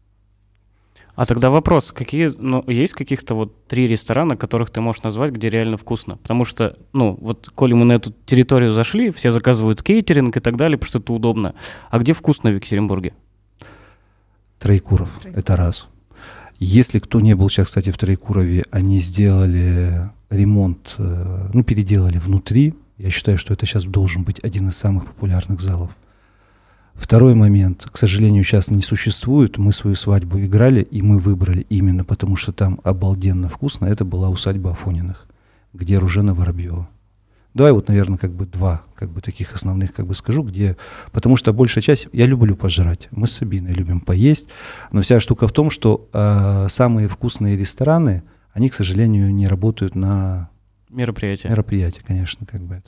А тогда вопрос, есть каких-то вот 3 ресторана, которых ты можешь назвать, где реально вкусно? Потому что, вот коли мы на эту территорию зашли, все заказывают кейтеринг и так далее, потому что это удобно. А где вкусно в Екатеринбурге? Троекуров, это раз. Если кто не был сейчас, кстати, в Троекурове, они сделали ремонт, переделали внутри. Я считаю, что это сейчас должен быть один из самых популярных залов. Второй момент, к сожалению, сейчас не существует. Мы свою свадьбу играли, и мы выбрали именно потому, что там обалденно вкусно. Это была усадьба Афониных, где Ружена Воробьева. Давай вот, наверное, 2 таких основных скажу, где... Потому что большая часть... Я люблю пожрать. Мы с Сабиной любим поесть. Но вся штука в том, что самые вкусные рестораны, они, к сожалению, не работают на... Мероприятия, конечно, это.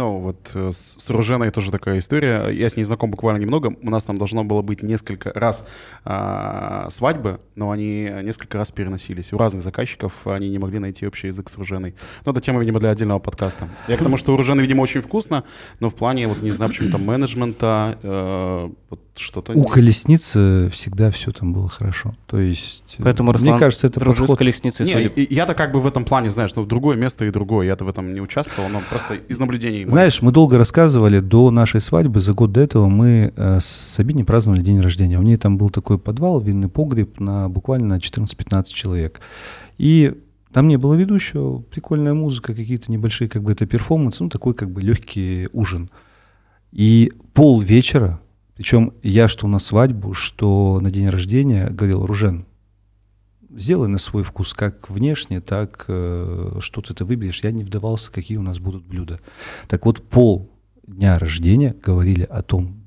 С Руженой тоже такая история. Я с ней знаком буквально немного. У нас там должно было быть несколько раз свадьбы, но они несколько раз переносились. У разных заказчиков они не могли найти общий язык с Руженой. Но это тема, видимо, для отдельного подкаста. Я к тому, что у Ружены, видимо, очень вкусно, но в плане, не знаю, почему там менеджмента, что-то... У Колесницы всегда все там было хорошо. То есть, поэтому, Руслан, мне кажется, это дружил подход... с Колесницей. Я-то в этом плане, знаешь, другое место и другое. Я-то в этом не участвовал, но просто из наблюдений. Знаешь, мы долго рассказывали, до нашей свадьбы, за год до этого, мы с Сабиной праздновали день рождения. У нее там был такой подвал, винный погреб буквально на 14-15 человек. И там не было ведущего, прикольная музыка, какие-то небольшие это перформансы, такой легкий ужин. И полвечера, причем я что на свадьбу, что на день рождения, говорил: Ружен, сделай на свой вкус, как внешне, так что-то ты выберешь. Я не вдавался, какие у нас будут блюда. Так вот, полдня рождения говорили о том,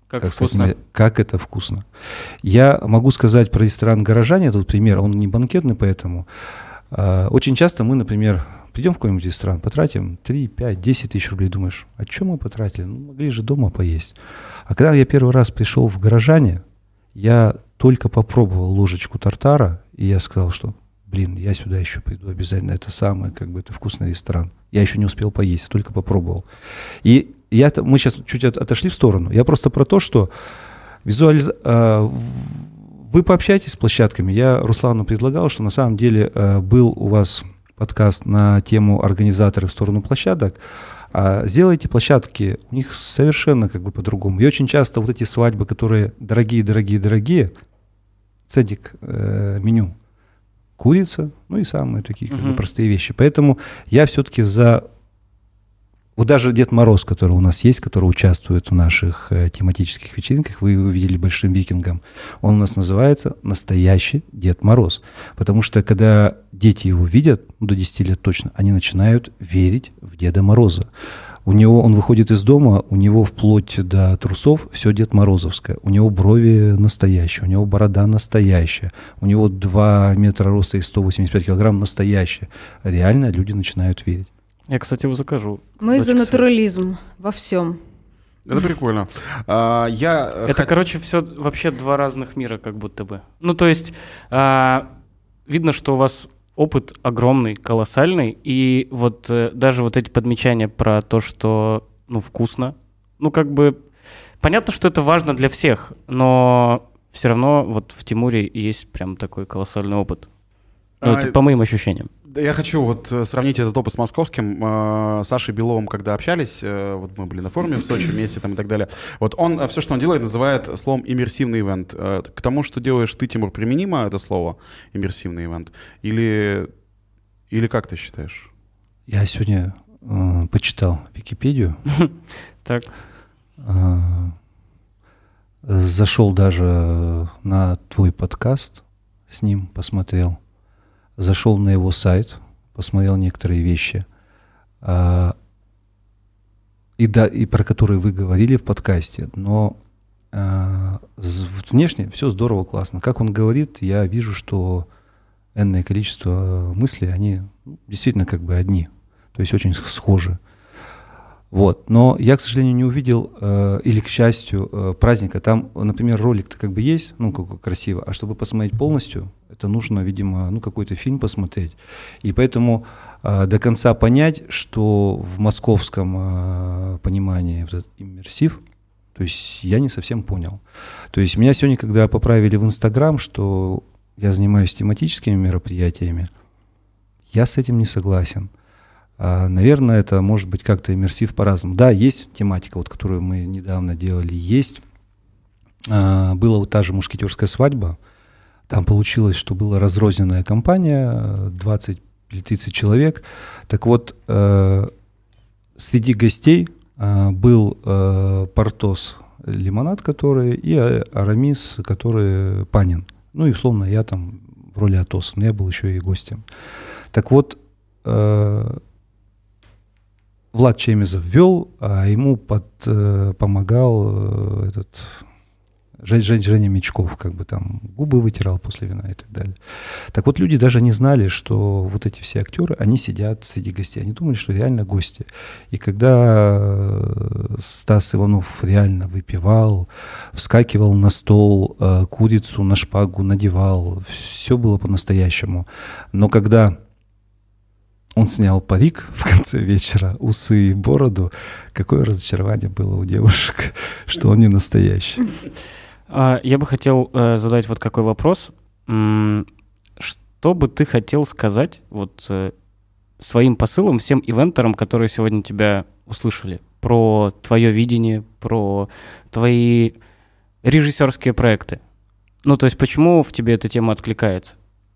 как это вкусно. Я могу сказать про ресторан «Горожане», это пример, он не банкетный, поэтому очень часто мы, например, придем в какой-нибудь ресторан, потратим 3, 5, 10 тысяч рублей, думаешь, а что мы потратили? Могли же дома поесть. А когда я первый раз пришел в «Горожане», я только попробовал ложечку тартара, и я сказал, что, я сюда еще приду обязательно, это самый, это вкусный ресторан. Я еще не успел поесть, я только попробовал. И мы сейчас чуть отошли в сторону. Я просто про то, что вы пообщайтесь с площадками. Я Руслану предлагал, что на самом деле был у вас подкаст на тему организаторы в сторону площадок. Сделайте площадки, у них совершенно по-другому. И очень часто вот эти свадьбы, которые дорогие, цедик меню, курица, и самые такие простые вещи. Поэтому я все-таки за... Вот даже Дед Мороз, который у нас есть, который участвует в наших тематических вечеринках, вы его видели Большим Викингом, он у нас называется «Настоящий Дед Мороз». Потому что когда дети его видят, до 10 лет точно, они начинают верить в Деда Мороза. Он выходит из дома, у него вплоть до трусов все Дед Морозовское. У него брови настоящие, у него борода настоящая, у него 2 метра роста и 185 килограмм настоящие. Реально люди начинают верить. Я, кстати, его закажу. Мы за натурализм во всем. Это прикольно. Короче, все вообще 2 разных мира, как будто бы. То есть видно, что у вас опыт огромный, колоссальный, и даже эти подмечания про то, что, вкусно, понятно, что это важно для всех, но все равно в Тимуре есть прям такой колоссальный опыт. Это по моим ощущениям. Я хочу сравнить этот опыт с московским. С Сашей Беловым, когда общались, мы были на форуме в Сочи вместе и так далее. Он все, что он делает, называет словом иммерсивный ивент. К тому, что делаешь ты, Тимур, применимо это слово иммерсивный ивент? Или как ты считаешь? Я сегодня почитал Википедию. Так. Зашел даже на твой подкаст, с ним посмотрел. зашел на его сайт, посмотрел некоторые вещи, и про которые вы говорили в подкасте, но внешне все здорово, классно. Как он говорит, я вижу, что энное количество мыслей, они действительно как бы одни, то есть очень схожи. Вот. Но я, к сожалению, не увидел, или, к счастью, праздника. Там, например, ролик-то как бы есть, ну, как красиво, а чтобы посмотреть полностью, это нужно, видимо, ну, какой-то фильм посмотреть. И поэтому до конца понять, что в московском понимании вот этот иммерсив, то есть я не совсем понял. То есть меня сегодня, когда поправили в Инстаграм, что я занимаюсь тематическими мероприятиями, я с этим не согласен. Наверное, это может быть как-то иммерсив по-разному. Да, есть тематика, вот, которую мы недавно делали, есть. Была вот та же мушкетерская свадьба. Там получилось, что была разрозненная компания, 20 или 30 человек. Так вот, среди гостей был Портос Лимонад, который, и Арамис, который Панин. Ну и, условно, я там в роли Атоса, но я был еще и гостем. Так вот, Влад Чемезов вел, а ему помогал Женя Мечков, как бы там губы вытирал после вина и так далее. Так вот, люди даже не знали, что вот эти все актеры, они сидят среди гостей. Они думали, что реально гости. И когда Стас Иванов реально выпивал, вскакивал на стол, курицу на шпагу надевал, все было по-настоящему. Но когда он снял парик в конце вечера, усы и бороду, какое разочарование было у девушек, что он не настоящий. Я бы хотел задать вот какой вопрос. Что бы ты хотел сказать вот своим посылом всем ивентерам, которые сегодня тебя услышали, про твое видение, про твои режиссерские проекты? Ну, то есть почему в тебе эта тема откликается?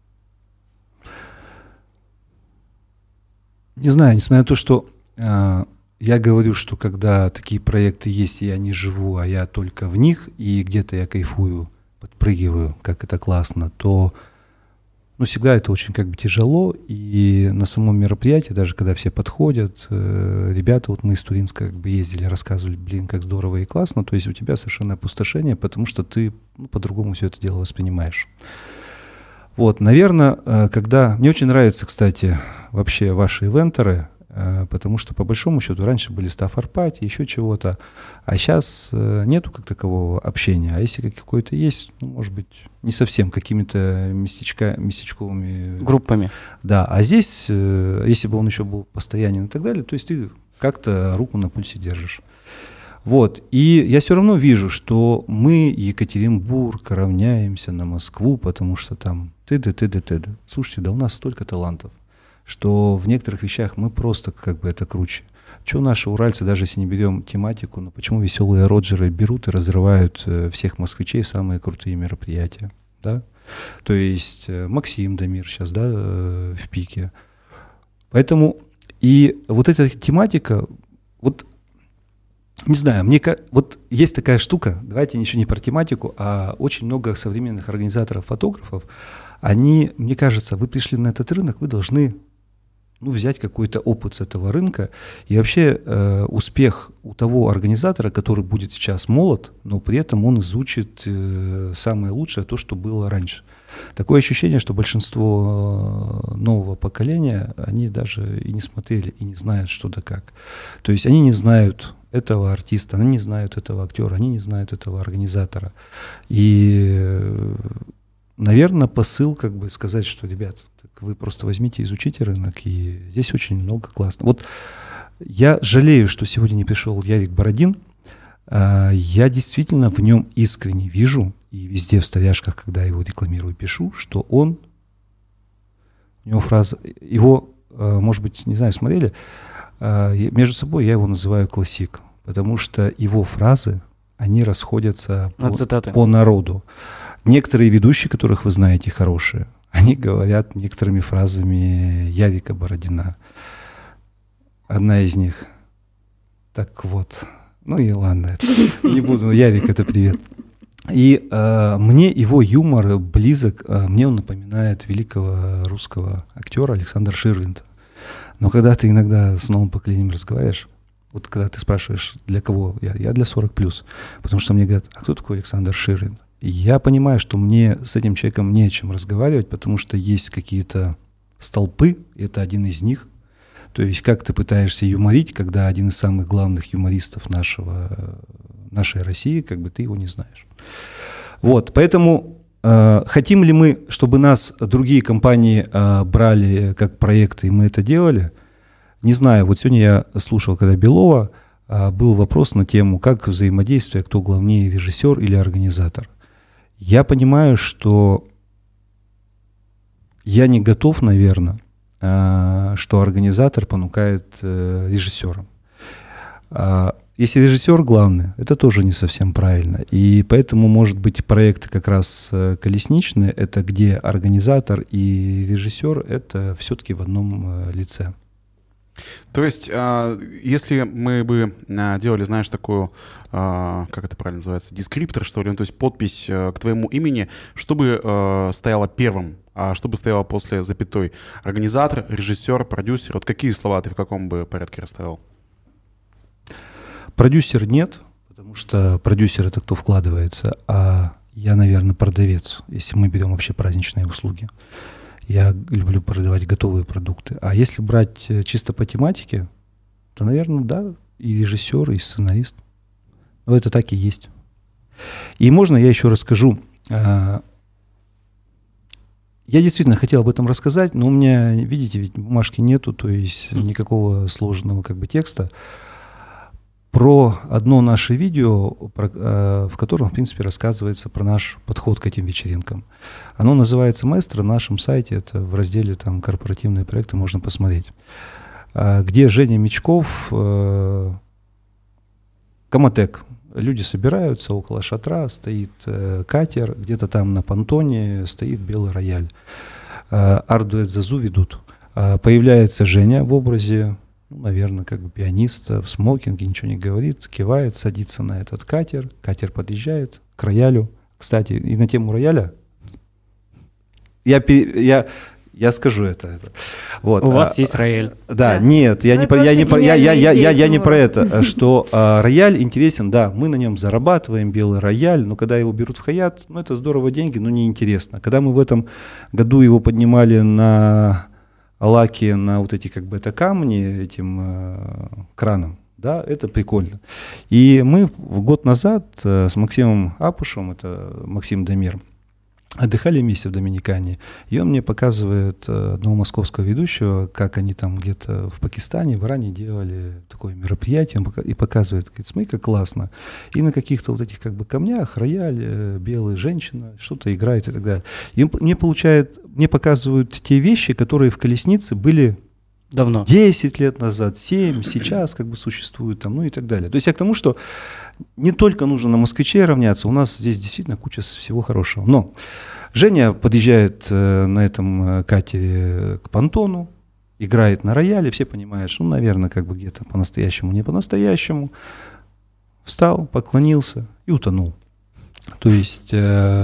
Не знаю, несмотря на то, что я говорю, что когда такие проекты есть, я не живу, а я только в них, и где-то я кайфую, подпрыгиваю, как это классно, то ну, всегда это очень как бы тяжело, и на самом мероприятии, даже когда все подходят, ребята, вот мы из Туринска как бы ездили, рассказывали, блин, как здорово и классно, то есть у тебя совершенно опустошение, потому что ты по-другому все это дело воспринимаешь. Вот, наверное, когда... Мне очень нравятся, кстати, вообще ваши ивентеры, потому что, по большому счету, раньше были стаф-арпати, еще чего-то, а сейчас нету как такового общения. А если какое-то есть, ну, может быть, не совсем какими-то местечковыми... Группами. Да, а здесь, если бы он еще был постоянен и так далее, то есть ты как-то руку на пульсе держишь. Вот, и я все равно вижу, что мы, Екатеринбург, равняемся на Москву, потому что там т.д. Слушайте, да у нас столько талантов, что в некоторых вещах мы просто как бы это круче. Чего наши уральцы, даже если не берем тематику, но почему веселые Роджеры берут и разрывают всех москвичей самые крутые мероприятия, да? То есть Максим Дамир сейчас, да, в пике. Поэтому и вот эта тематика, вот не знаю, вот есть такая штука, давайте ничего не про тематику, а очень много современных организаторов, фотографов, они, мне кажется, вы пришли на этот рынок, вы должны взять какой-то опыт с этого рынка. И вообще успех у того организатора, который будет сейчас молод, но при этом он изучит самое лучшее, то, что было раньше. Такое ощущение, что большинство нового поколения, они даже и не смотрели, и не знают, что да как. То есть они не знают этого артиста, они не знают этого актера, они не знают этого организатора. И, наверное, посыл как бы сказать, что, ребят, так вы просто возьмите, изучите рынок, и здесь очень много классно. Вот я жалею, что сегодня не пришел Ярик Бородин. Я действительно в нем искренне вижу, и везде в статьяшках, когда его рекламирую, пишу, что у него фраза, может быть, не знаю, смотрели, между собой я его называю классик, потому что его фразы, они расходятся по народу. Некоторые ведущие, которых вы знаете, хорошие, они говорят некоторыми фразами Ярика Бородина. Одна из них, так вот, ну и ладно, не буду, Ярик, это привет. И мне его юмор близок, мне он напоминает великого русского актера Александра Ширвинта. Но когда ты иногда с новым поколением разговариваешь, вот когда ты спрашиваешь, для кого, я для 40+, потому что мне говорят, а кто такой Александр Ширвинт? И я понимаю, что мне с этим человеком не о чем разговаривать, потому что есть какие-то столпы, и это один из них. То есть как ты пытаешься юморить, когда один из самых главных юмористов нашей России, как бы ты его не знаешь. Вот, поэтому хотим ли мы, чтобы нас другие компании брали как проекты, и мы это делали? Не знаю. Вот сегодня я слушал, когда Белова, был вопрос на тему, как взаимодействие, кто главнее, режиссер или организатор. Я понимаю, что я не готов, наверное, что организатор понукает режиссера. Если режиссер главный, это тоже не совсем правильно. И поэтому, может быть, проекты как раз колесничные, это где организатор и режиссер, это все-таки в одном лице. То есть, если мы бы делали, знаешь, такую, как это правильно называется, дескриптор, что ли, ну, то есть подпись к твоему имени, что бы стояло первым, а что бы стояло после запятой? Организатор, режиссер, продюсер, вот какие слова ты в каком бы порядке расставил? Продюсер нет, потому что продюсер — это кто вкладывается, а я, наверное, продавец, если мы берем вообще праздничные услуги. Я люблю продавать готовые продукты. А если брать чисто по тематике, то, наверное, да, и режиссер, и сценарист. Но это так и есть. И можно я еще расскажу? Я действительно хотел об этом рассказать, но у меня, видите, ведь бумажки нету, то есть никакого сложного как бы текста. Про одно наше видео, в котором, в принципе, рассказывается про наш подход к этим вечеринкам. Оно называется «Маэстро», на нашем сайте, это в разделе там «Корпоративные проекты» можно посмотреть. Где Женя Мечков, Комотек. Люди собираются около шатра, стоит катер, где-то там на понтоне стоит белый рояль. Арт-дуэт Зазу ведут. Появляется Женя в образе, наверное, как бы пианиста в смокинге, ничего не говорит, кивает, садится на этот катер. Катер подъезжает к роялю. Кстати, и на тему рояля я скажу это. Вот. У вас есть рояль. Да, нет, я не про это, что рояль интересен, да, мы на нем зарабатываем, белый рояль, но когда его берут в Хаят, ну это здорово деньги, но неинтересно. Когда мы в этом году его поднимали на лаки, на вот эти как бы это камни этим краном, да, это прикольно. И мы год назад с Максимом Апушем, это Максим Дамир, отдыхали вместе в Доминикане, и он мне показывает одного московского ведущего, как они там где-то в Пакистане, в Иране делали такое мероприятие, и показывает, говорит, смотри, как классно. И на каких-то вот этих как бы камнях рояль, белая женщина, что-то играет и так далее. И мне показывают те вещи, которые в колеснице были давно. 10 лет назад, 7, сейчас как бы существуют там, ну и так далее. То есть я к тому, что не только нужно на москвичей равняться, у нас здесь действительно куча всего хорошего. Но Женя подъезжает на этом катере к понтону, играет на рояле, все понимают, что, ну, наверное, как бы где-то по-настоящему, не по-настоящему. Встал, поклонился и утонул. То есть...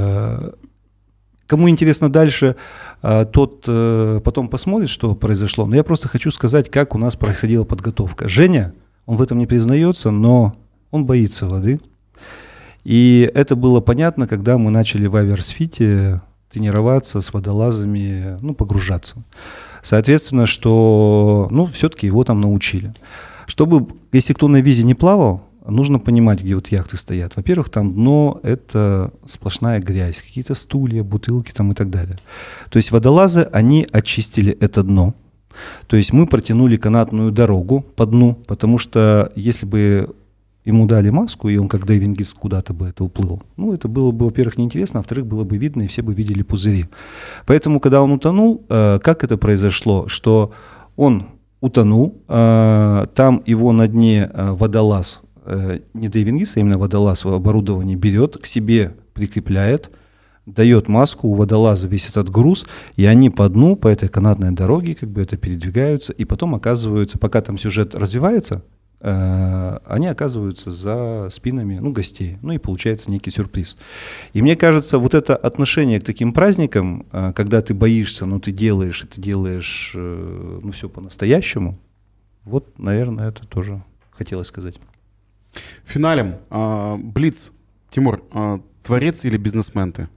Кому интересно дальше, тот потом посмотрит, что произошло. Но я просто хочу сказать, как у нас происходила подготовка. Женя, он в этом не признается, но он боится воды. И это было понятно, когда мы начали в Аверсфите тренироваться с водолазами, ну, погружаться. Соответственно, что, ну, все-таки его там научили. Чтобы, если кто на визе не плавал, нужно понимать, где вот яхты стоят. Во-первых, там дно — это сплошная грязь, какие-то стулья, бутылки там и так далее. То есть водолазы, они очистили это дно. То есть мы протянули канатную дорогу по дну, потому что если бы ему дали маску, и он как Дэйв Гитс куда-то бы это уплыл, ну, это было бы, во-первых, неинтересно, а во-вторых, было бы видно, и все бы видели пузыри. Поэтому, когда он утонул, как это произошло? Что он утонул, там его на дне водолаз, не Дэйв Гитс, а именно водолаз в оборудовании берет, к себе прикрепляет, дает маску, у водолаза весь этот груз, и они по дну, по этой канатной дороге как бы это передвигаются, и потом оказываются, пока там сюжет развивается, они оказываются за спинами гостей. И получается некий сюрприз. И мне кажется, вот это отношение к таким праздникам, когда ты боишься, но ты делаешь, и ты делаешь все по-настоящему, вот, наверное, это тоже хотелось сказать. Финалем. Блиц. Тимур, творец или бизнесмен ты?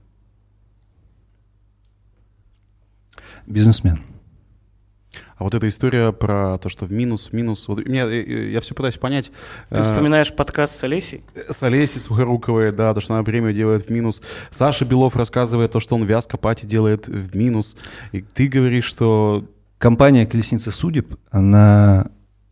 Бизнесмен. А вот эта история про то, что в минус. Вот я все пытаюсь понять. Ты вспоминаешь подкаст с Олесей? С Олесей Сухоруковой, да, то, что она премию делает в минус. Саша Белов рассказывает то, что он вязка пати делает в минус. И ты говоришь, что... Компания «Колесница судеб», на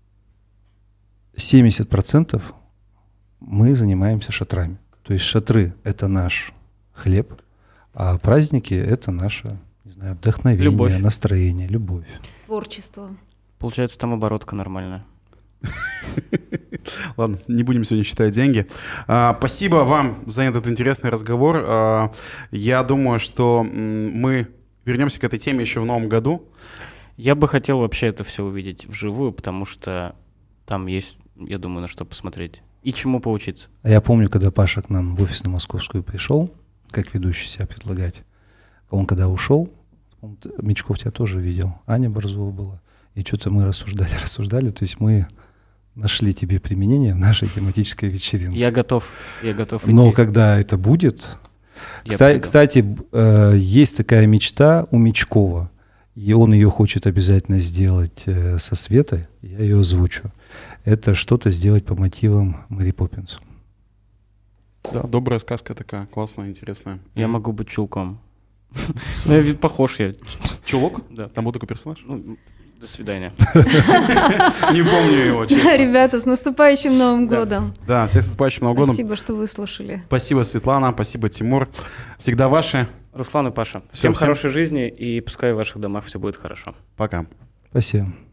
70% мы занимаемся шатрами. То есть шатры — это наш хлеб, а праздники — это наше, не знаю, вдохновение, любовь. Настроение, любовь. Творчество. Получается, там оборотка нормальная. Ладно, не будем сегодня считать деньги. Спасибо вам за этот интересный разговор. Я думаю, что мы вернемся к этой теме еще в новом году. Я бы хотел вообще это все увидеть вживую, потому что там есть, я думаю, на что посмотреть и чему поучиться. А я помню, когда Паша к нам в офис на Московскую пришел, как ведущий себя предлагать, он когда ушел, Мечков тебя тоже видел, Аня Борзова была, и что-то мы рассуждали, то есть мы нашли тебе применение в нашей тематической вечеринке. Я готов идти. Но когда это будет... Кстати, есть такая мечта у Мечкова, и он ее хочет обязательно сделать со Светой, я ее озвучу. Это что-то сделать по мотивам Мэри Поппинс. Да, добрая сказка такая, классная, интересная. Я могу быть чулком. Ну, я ведь похож. Чулок? Да. Там был такой персонаж? До свидания. Не помню его, честно. Ребята, с наступающим Новым годом. Да, всех с наступающим Новым годом. Спасибо, что выслушали. Спасибо, Светлана, спасибо, Тимур. Всегда ваши. Руслан и Паша. Всем Всем хорошей жизни, и пускай в ваших домах все будет хорошо. Пока. Спасибо.